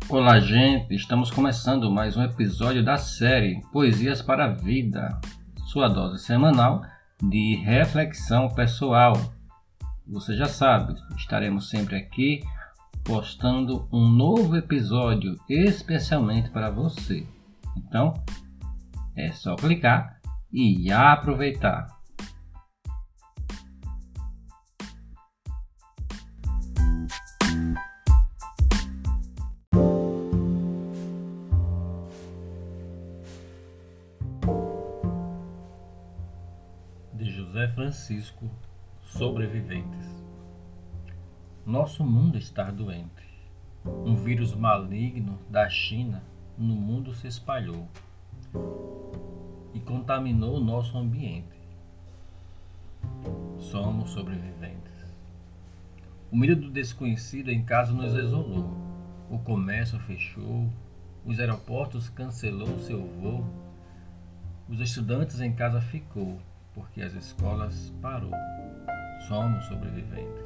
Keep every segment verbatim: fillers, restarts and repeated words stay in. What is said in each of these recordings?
Olá, gente! Estamos começando mais um episódio da série Poesias para a Vida, sua dose semanal de reflexão pessoal. Você já sabe, estaremos sempre aqui postando um novo episódio especialmente para você. Então, é só clicar e aproveitar. De José Francisco, Sobreviventes. Nosso mundo está doente. Um vírus maligno da China no mundo se espalhou e contaminou o nosso ambiente. Somos sobreviventes. O medo do desconhecido em casa nos isolou. O comércio fechou, os aeroportos cancelou seu voo, os estudantes em casa ficou, porque as escolas parou. Somos sobreviventes.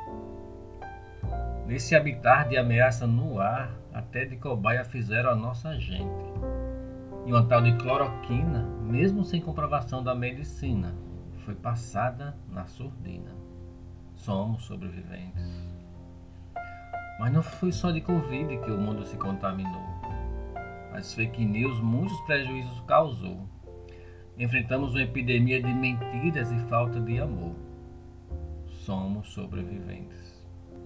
Nesse habitar de ameaça no ar, até de cobaia fizeram a nossa gente. E uma tal de cloroquina, mesmo sem comprovação da medicina, foi passada na surdina. Somos sobreviventes. Mas não foi só de Covid que o mundo se contaminou. As fake news muitos prejuízos causou. Enfrentamos uma epidemia de mentiras e falta de amor. Somos sobreviventes.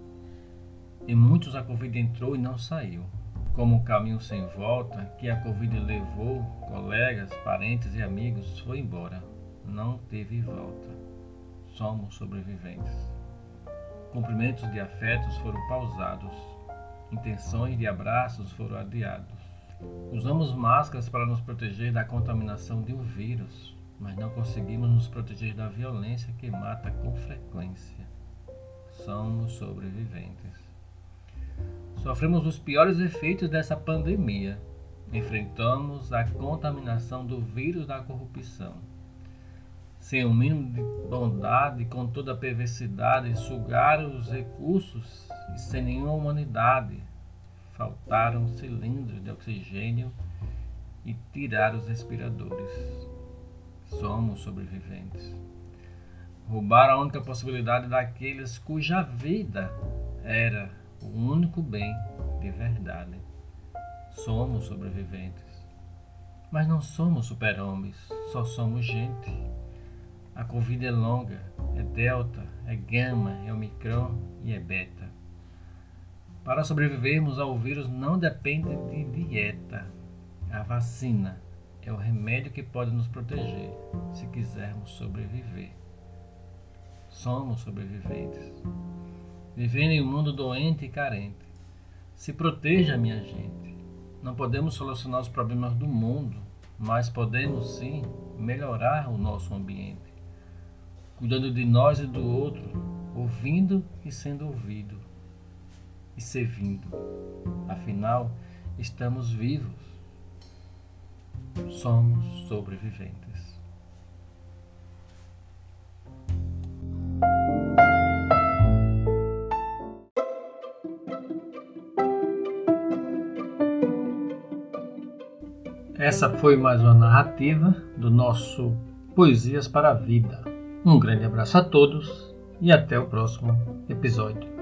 Em muitos a Covid entrou e não saiu. Como um caminho sem volta que a Covid levou, colegas, parentes e amigos, foi embora. Não teve volta. Somos sobreviventes. Cumprimentos de afetos foram pausados. Intenções de abraços foram adiados. Usamos máscaras para nos proteger da contaminação de um vírus, mas não conseguimos nos proteger da violência que mata com frequência. Somos sobreviventes. Sofremos os piores efeitos dessa pandemia. Enfrentamos a contaminação do vírus da corrupção. Sem o mínimo de bondade, com toda a perversidade, sugaram os recursos e sem nenhuma humanidade. Faltaram cilindros de oxigênio e tiraram os respiradores. Somos sobreviventes. Roubaram a única possibilidade daqueles cuja vida era o único bem de verdade. Somos sobreviventes. Mas não somos super-homens, só somos gente. A Covid é longa, é delta, é gama, é omicron e é beta. Para sobrevivermos ao vírus não depende de dieta. A vacina é o remédio que pode nos proteger, se quisermos sobreviver. Somos sobreviventes. Vivendo em um mundo doente e carente. Se proteja, minha gente. Não podemos solucionar os problemas do mundo, mas podemos sim melhorar o nosso ambiente. Cuidando de nós e do outro, ouvindo e sendo ouvido. E servindo. Afinal, estamos vivos. Somos sobreviventes. Essa foi mais uma narrativa do nosso Poesias para a Vida. Um grande abraço a todos e até o próximo episódio.